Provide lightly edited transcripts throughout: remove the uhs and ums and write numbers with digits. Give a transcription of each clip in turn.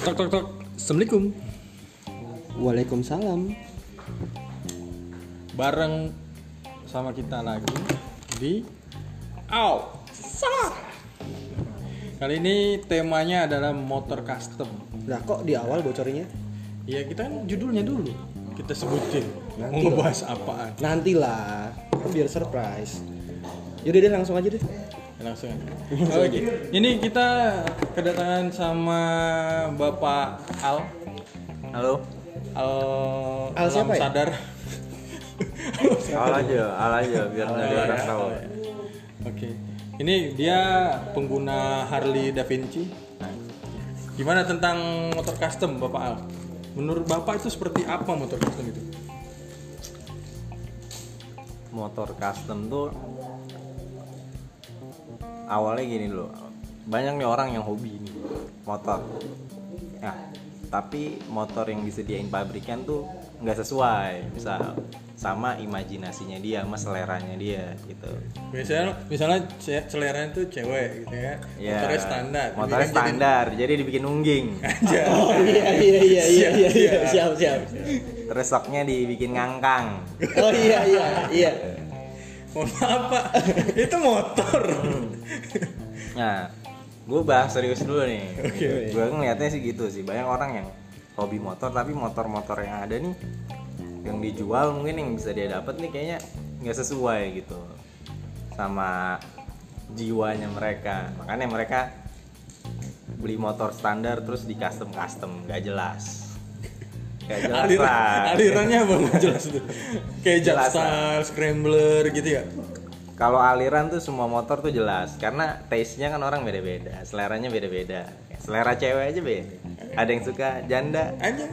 Tok tok tok. Assalamualaikum. Waalaikumsalam. Bareng sama kita lagi di Salah. Kali ini temanya adalah motor custom. Lah kok di awal bocornya? Ya kita kan judulnya dulu kita sebutin. Nanti Mau ngebahas apaan? Nantilah, kan biar surprise. Yaudah deh langsung aja deh. Langsung aja. Oke. Ini kita kedatangan sama Bapak Al. Halo. Al siapa ya? Sadar. Al aja biar nggak ada orang tahu. Oke. Ini dia pengguna Harley Davidson. Gimana tentang motor custom, Bapak Al? Menurut Bapak itu seperti apa motor custom itu? Motor custom tuh awalnya gini dulu. Banyak nih orang yang hobi nih motor. Nah, tapi motor yang disediain pabrikan tuh nggak sesuai, misal sama imajinasinya dia, sama seleranya dia gitu. Misalnya seleranya tuh cewek gitu ya. Ya, Motornya standar. Motornya standar, jadi dibikin nungging. Oh iya. Siap. Terus soknya dibikin ngangkang. Oh iya. Mohon maaf Pak, itu motor. Nah, gue bahas serius dulu nih. Oke. Gue ngeliatnya sih gitu sih. Banyak orang yang hobi motor, tapi motor-motor yang ada nih, yang dijual mungkin yang bisa dia dapat nih kayaknya nggak sesuai gitu sama jiwanya mereka. Makanya mereka beli motor standar terus di custom nggak jelas. Nggak jelas lah. Alirannya apa nggak jelas tuh? Kayak Jelas Jaksal, Scrambler gitu ya. Kalau aliran tuh semua motor tuh jelas, karena taste-nya kan orang beda-beda, seleranya beda-beda. Selera cewek aja beda. Ada yang suka janda, Aja.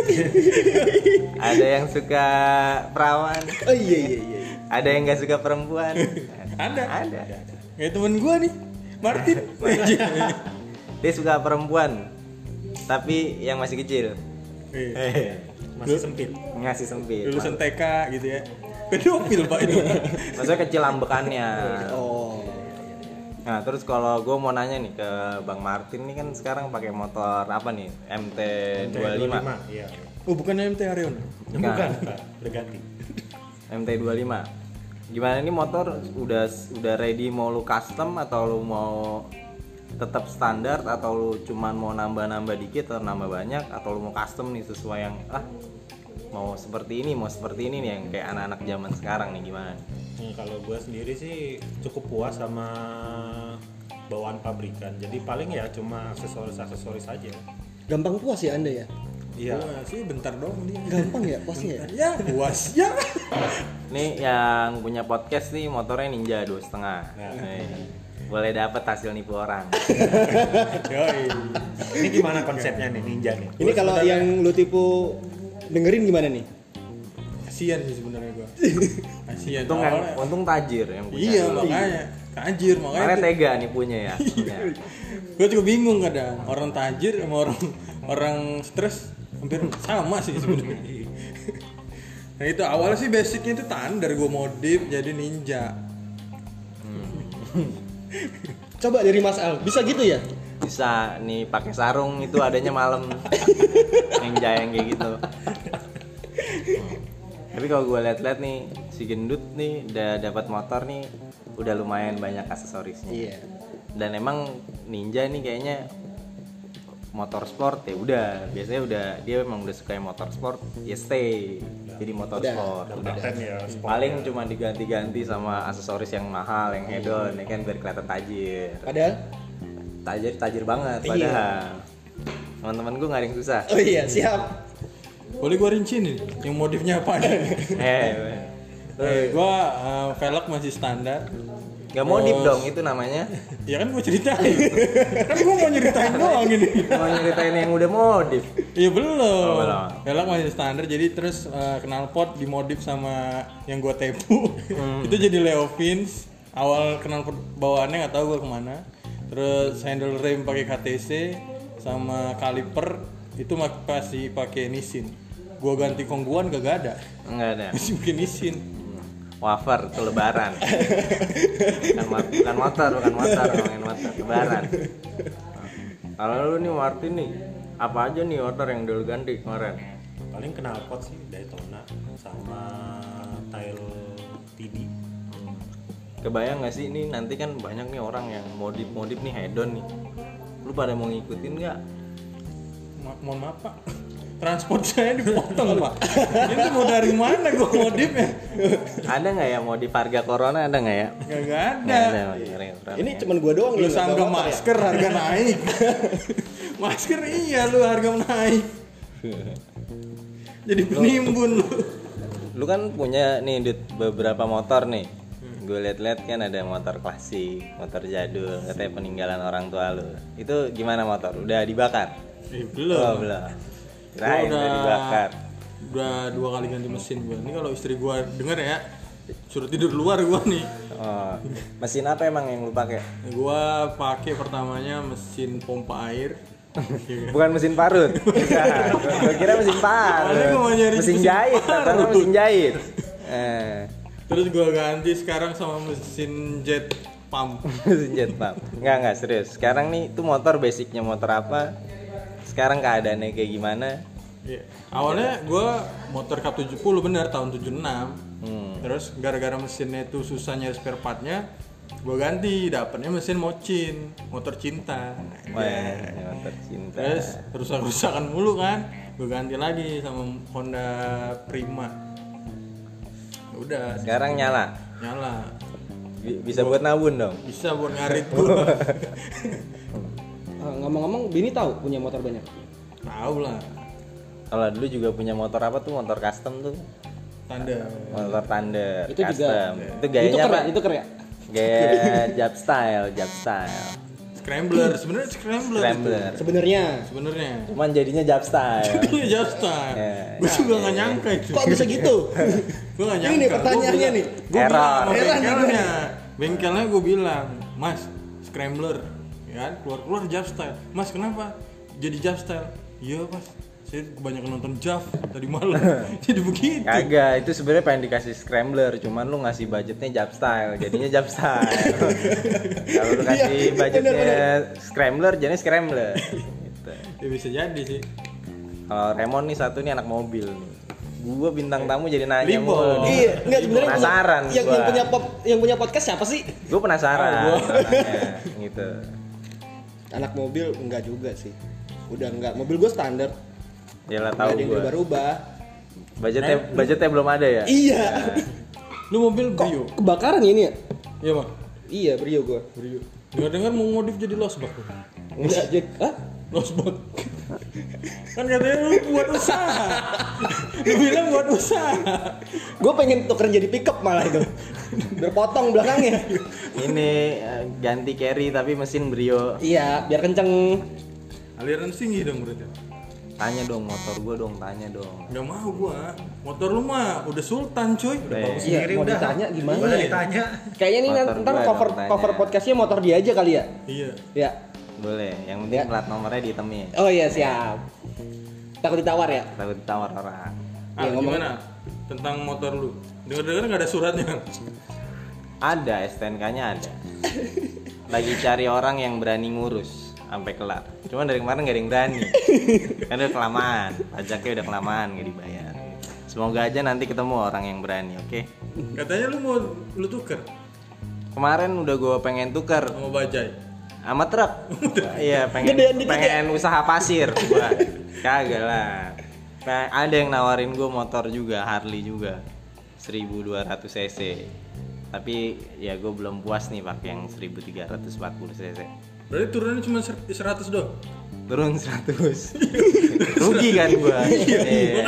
ada yang suka perawan, Oh iya. ada yang nggak suka perempuan. Ada. Ada. Kayak temen gua nih, Martin. Dia suka perempuan, tapi yang masih kecil. Masih sempit. Ngasih sempit. Lulusan TK gitu ya. Pedofil Pak itu. Maksudnya kecil ambekannya. Oh. Nah terus kalau gue mau nanya nih ke Bang Martin nih, kan sekarang pakai motor apa nih? MT25. Iya. Oh bukan MT Arion. Bukan, udah ganti. MT25. Gimana nih motor udah ready mau lu custom atau lu mau tetap standar, atau lu cuman mau nambah-nambah dikit atau nambah banyak, atau lu mau custom nih sesuai yang mau seperti ini nih yang kayak anak-anak zaman sekarang nih, gimana? Kalau gue sendiri sih cukup puas sama bawaan pabrikan. Jadi paling ya cuma aksesoris aja. Gampang puas ya Anda ya? Iya. Wah, sih bentar doang dia. Gampang ya puasnya ya? Ya puas ya. Nih yang punya podcast nih motornya Ninja 2,5. Boleh dapat hasil nipu orang. Yoi. Ini gimana konsepnya nih Ninja nih? Ini kalau yang lu tipu dengerin gimana nih? Kasian sih sebenarnya gua. Kasian. Untung tajir yang punya. Iya makanya. Tajir Makanya makanya. tega nipunya ya. Gue juga bingung kadang, orang tajir sama orang stres hampir sama sih sebenarnya. Nah itu awalnya sih basicnya itu standar, gue modif jadi Ninja. Coba dari Mas Al, bisa gitu ya? Bisa nih pakai sarung itu adanya malam. Yang kayak gitu. Tapi kalau gue lihat-lihat nih si gendut nih udah dapat motor nih, udah lumayan banyak aksesorisnya. Iya. Dan emang Ninja nih kayaknya motor sport ya udah, biasanya udah dia memang udah suka motor sport ya stay jadi motor sport. Udah. Ya, Paling cuma diganti-ganti sama aksesoris yang mahal, yang hedon ya kan, biar kelihatan tajir. Padahal? Tajir banget Iya. padahal. Teman-teman gue nggak ada yang susah. Oh iya, siap. Boleh gue rinciin nih, yang modifnya apa aja? Gue velg masih standar. Nggak modif dong itu namanya. Ya kan gue ceritain. Kan gue mau nyeritain doang ini. Mau nyeritain yang udah modif. Iya belum. Oh, belum. Velg masih standar, jadi terus knalpot dimodif sama yang gue tepu. Itu jadi Leo Vince. Awal knalpot bawaannya nggak tahu gue kemana. Terus handle rem pakai KTC sama kaliper itu masih pakai Nissin. Gue ganti kongguan gak ada. Enggak ada. Masih pakai Nissin. Wafer ke lebaran. bukan motor ngomongin motor lebaran. Kalau lu nih Martin nih Apa aja nih order yang dulu ganti kemarin? Paling knalpot sih Daytona sama tail TD. Kebayang nggak sih ini nanti kan banyak nih orang yang modif nih hedon nih. Lu pada mau ngikutin nggak? Mohon maaf pak, transport saya dipotong pak. Ini mau dari mana gue modifnya? Ada nggak ya modif harga corona ada nggak ya? Gak Nggak ada. Keren. Ini cuman gua doang Lu nih. nggak sangka bawa motor ya? masker harga naik. Masker iya lu harga naik. Jadi penimbun lu. Lu kan punya nih Dut, beberapa motor nih. Gue liat-liat kan ada motor klasik, motor jadul, katanya peninggalan orang tua lu. Itu gimana motor? Udah dibakar? Belum. Oh, belum. Gua Kirain udah dibakar. Udah 2 kali ganti mesin gua. Ini kalau istri gua denger ya, suruh tidur luar gua nih. Oh, mesin apa emang yang lu pakai? Gua pakai pertamanya mesin pompa air. Bukan mesin parut. Gue kira mesin parut. Awalnya gua mau nyari Mesin mesin jahit, parut. katanya mesin jahit. Terus gua ganti sekarang sama mesin jet pump. Mesin jet pump. Enggak serius. Sekarang nih itu motor basicnya motor apa? Sekarang keadaannya kayak gimana? Iya. Awalnya gua motor Cup 70 bener tahun 76. Terus gara-gara mesinnya itu susah nyari spare partnya, gua ganti, dapetnya mesin Mochin, motor cinta. Wah, motor cinta. Terus rusak-rusakan mulu kan, gua ganti lagi sama Honda Prima. Udah, Sekarang nyala. Bisa buat nabun dong. bisa buat ngarit gua. Ngomong-ngomong, Bini tahu punya motor banyak. Tahu lah, Kalau dulu juga punya motor apa tuh? Motor custom tuh. tanda. Motor Thunder Itu juga. custom. Itu gayanya apa? Itu keren. Gaya jab style. Scrambler, sebenarnya scrambler. Scrambler. Sebenarnya. Cuman jadinya jab style. Iya just time. Ya. Gue juga nggak nyangka itu. Kok bisa gitu? Gue nggak nyangka. Ini pertanyaannya nih. Gue bilang Error. sama bengkelnya. Bengkelnya gue bilang, Mas, scrambler, ya kan? Keluar Jav style. Mas kenapa? Jadi Jav style. Iya Mas, saya kebanyakan nonton Jav tadi malam. Jadi begitu. Kagak, itu sebenarnya pengen dikasih scrambler, cuman lu ngasih budgetnya jab style, jadinya jab style. Kalau lu kasih Iya, budgetnya scrambler, jadinya scrambler. Gitu. Ya bisa jadi sih. Kalau Remon nih satu nih anak mobil nih. Gua bintang tamu jadi nanya Limbo. mulu. Iya, enggak sebenarnya Penasaran yang punya podcast siapa sih? Gue penasaran. Orangnya, gitu. Anak mobil enggak juga sih. Udah enggak. Mobil gue standar. Yalah Enggak tahu ada yang gua. berubah. Budgetnya belum ada ya? Iya. Lu mobil Brio? Kebakaran ya ini ya? Iya Bang. Iya, Brio gue. Brio. Dengar-dengar mau modif jadi losbak. Enggak jadi. Hah? Losbak. Kan katanya lu buat usaha. Lu bilang buat usaha. Gue pengen tuker jadi pickup malah itu. Berpotong belakangnya. Ini ganti carry tapi mesin Brio. Iya, biar kenceng. Aliran tinggi dong berarti. Tanya dong motor gua dong, tanya dong. Nggak mau gua. Motor lu mah udah sultan coy. Udah. Iya, mau ditanya gimana? Udah ya? ditanya. Kayaknya nih Motor ntar gua cover dong, tanya. cover podcastnya motor dia aja kali ya. Iya. Ya. Boleh, yang penting Ya. plat nomornya ditemin. Oh iya siap. Takut ditawar ya? Takut ditawar orang. Ah, Ya, ngomong- gimana tentang motor lu? Dengar-dengar nggak ada suratnya. Ada STNK-nya ada. Lagi cari orang yang berani ngurus sampai kelar. Cuman dari kemarin gak ada yang berani. Kan udah kelamaan, pajaknya udah kelamaan gak dibayar. Semoga aja nanti ketemu orang yang berani, oke? Katanya lu tuker Kemarin udah gue pengen tuker sama bajai. sama truk. Iya, Gedean dikit pengen usaha pasir gua. Kagak lah. Ada yang nawarin gue motor juga, Harley juga. 1200 cc. Tapi ya gue belum puas nih pakai yang 1340 cc. Berarti turunnya cuma 100 doang. Turun 100. Rugi kan gua. Iya.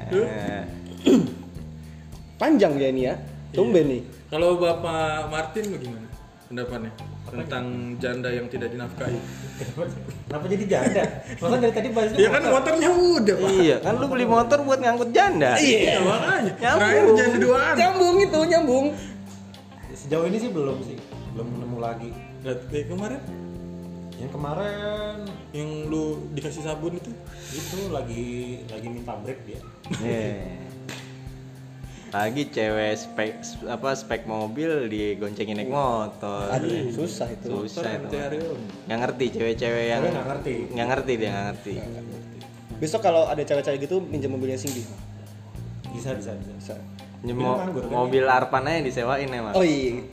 Panjang ya ini ya. Tumben nih. Kalau Bapak Martin bagaimana pendapatnya tentang janda yang tidak dinafkahi? Kenapa jadi janda? Soalnya dari tadi bahasnya Ya kan motornya udah Pak. Iya, kan lu beli motor buat ngangkut janda. Iya makanya. Nyambung. Terakhir janda duaan. Nyambung itu, nyambung. Sejauh ini sih belum nemu lagi. Lihat kayak kemarin Yang kemarin yang lu dikasih sabun itu. itu lagi minta break dia. Iya. Lagi cewek spek mobil digoncengin naik motor. Aduh, susah itu. Susah itu. Cari Nggak ngerti cewek-cewek yang Gue nggak ngerti. nggak ngerti dia nggak ngerti. Besok kalau ada cewek-cewek gitu minjem mobilnya Cindy. Bisa. Bisa. Mobil Arpan aja disewain emang. Oh iya.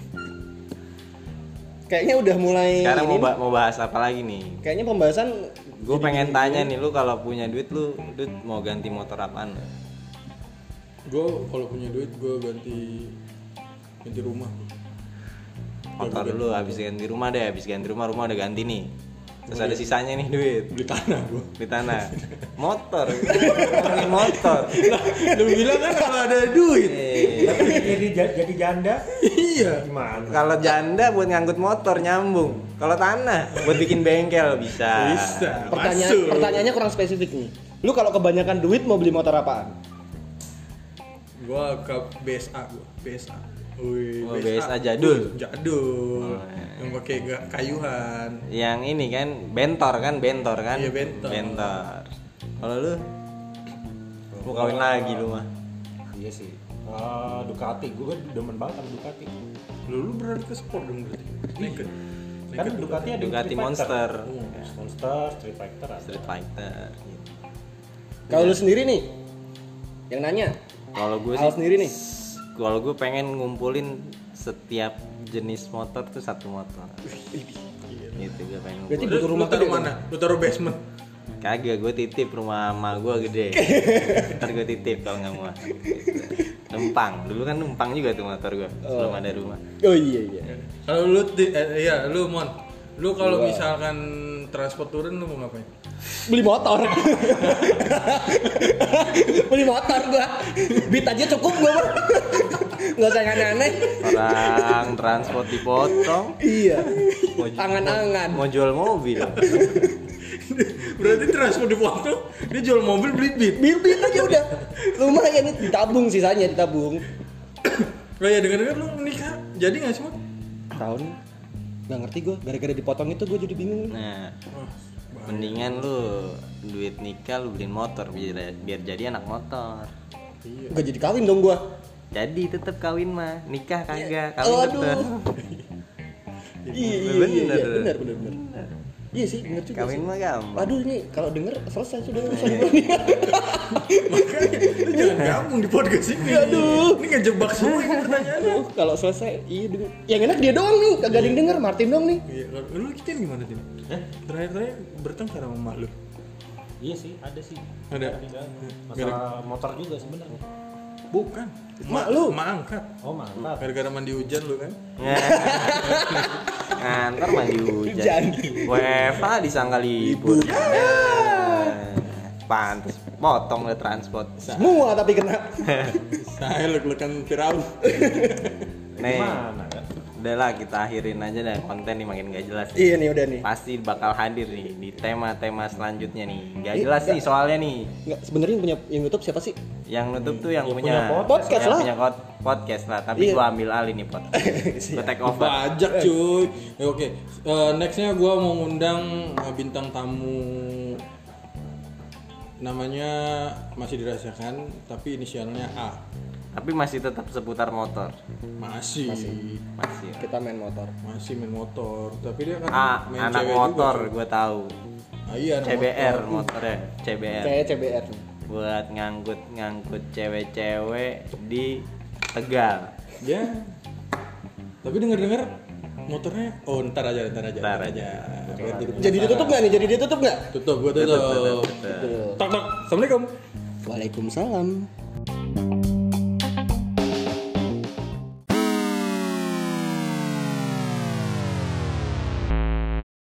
Kayaknya udah mulai Sekarang ini, mau bahas apa lagi nih? kayaknya pembahasan Gue pengen tanya nih, lu kalau punya duit lu mau ganti motor apaan? gue kalau punya duit gue ganti rumah. Motor dulu habis ganti rumah deh, habis ganti rumah udah ganti nih. Terus ada sisanya nih duit Beli tanah gue. di tanah. Motor. Ngomongin motor. Lu bilang kan kalau ada duit. Tapi jadi janda Iya. gimana? Kalau janda buat ngangkut motor nyambung. Kalau tanah buat bikin bengkel bisa. Bisa. pertanyaannya kurang spesifik nih. Lu kalau kebanyakan duit mau beli motor apaan? Gua ke BSA gua. BSA. Wih, Oh, BSA jadul. Jadul. Oh, iya. Yang pakai kayuhan. Yang ini kan bentor kan? Iya, bentor. Kalau lu mau kawin lagi lu mah. Iya sih. Ducati, gue demen banget sama Ducati. Lu berani ke sport dong berarti. Naked. Kan Ducati ada Ducati Street Monster. Fighter. Monster, Street Fighter ada. Street Fighter. Kalau lu sendiri nih yang nanya, Kalau gue Al sih sendiri nih. kalau gue pengen ngumpulin setiap jenis motor tuh satu motor. Gitu gue pengen Berarti ngumpulin. butuh rumah Lu taruh gede mana? Lu taruh basement. Kagak, gue titip rumah emak gue gede. Ntar gue titip kalau nggak mau. Numpang, dulu kan numpang juga tuh motor gue sebelum ada rumah. Oh iya. Kalau lu iya, lu Mon. Lu kalau misalkan transport turun lu mau ngapain? Beli motor. Beli motor gua. Beat aja cukup gua mah. Enggak usah yang aneh-aneh. Orang transport dipotong, Iya. mau, Angan-angan. mau jual mobil. Berarti transport dipotong, dia jual mobil beli beat. Beat aja udah. Lumayan nih ditabung, sisanya ditabung. Oh ya dengar-dengar lu menikah, jadi nggak sih Mon? Tahun nggak ngerti gua, gara-gara dipotong itu gua jadi bingung. Nah, mendingan lu duit nikah lu beliin motor biar jadi anak motor. Gak jadi kawin dong gua. Jadi tetep kawin mah, nikah kagak, Aduh. kawin tetep. Iya, bener. Iya sih, bener juga Kawin sih. mah gampang. Aduh ini kalau denger selesai sudah urusan gua. Makanya lu jangan gabung di podcast ini. Aduh. Ini ngejebak semua ini pertanyaannya. Aduh, kalau selesai iya denger. Yang enak dia doang nih, kagak ada yang denger, Martin dong nih. Iya, kalau lu kita gimana Tin? Terakhir bertengkar sama emak lu. Iya sih, ada sih. Ada. Masalah motor juga sebenarnya. Bukan. Emak lu. Emak angkat. Oh mantap. Gara-gara mandi hujan lu kan. Ngantar mandi hujan. Hujan. WFA disangka libur. Pantes potong le transport. Semua tapi kena. Saya lek-lekan Firaun. Nih, Gimana kan? udahlah kita akhirin aja dah, konten nih makin gak jelas. Iya nih udah nih. Pasti bakal hadir nih di tema-tema selanjutnya nih. Gak jelas nih soalnya nih. Enggak, sebenarnya yang punya yang YouTube siapa sih? Yang nutup tuh yang Yang punya punya podcast yang lah. punya podcast lah, tapi Iya. gua ambil alih nih podcast. Gua take over. Bajak cuy. Ya, oke. Nextnya gue mau ngundang bintang tamu. Namanya masih dirahasiakan, tapi inisialnya A. Tapi masih tetap seputar motor. Masih. Masih. Kita main motor. Masih main motor. Tapi dia kan main Anak cewek motor juga, cuy. gua tahu. Iya, anak CBR motor. motornya, CBR. Kayak CBR. Buat ngangkut cewek-cewek di Tegal. Ya. Tapi dengar-dengar motornya ntar aja. Ntar aja. Biar Jadi ditutup nggak nih? Jadi ditutup nggak? Tutup, gua tutup. Tutup. Tak. Assalamualaikum. Waalaikumsalam.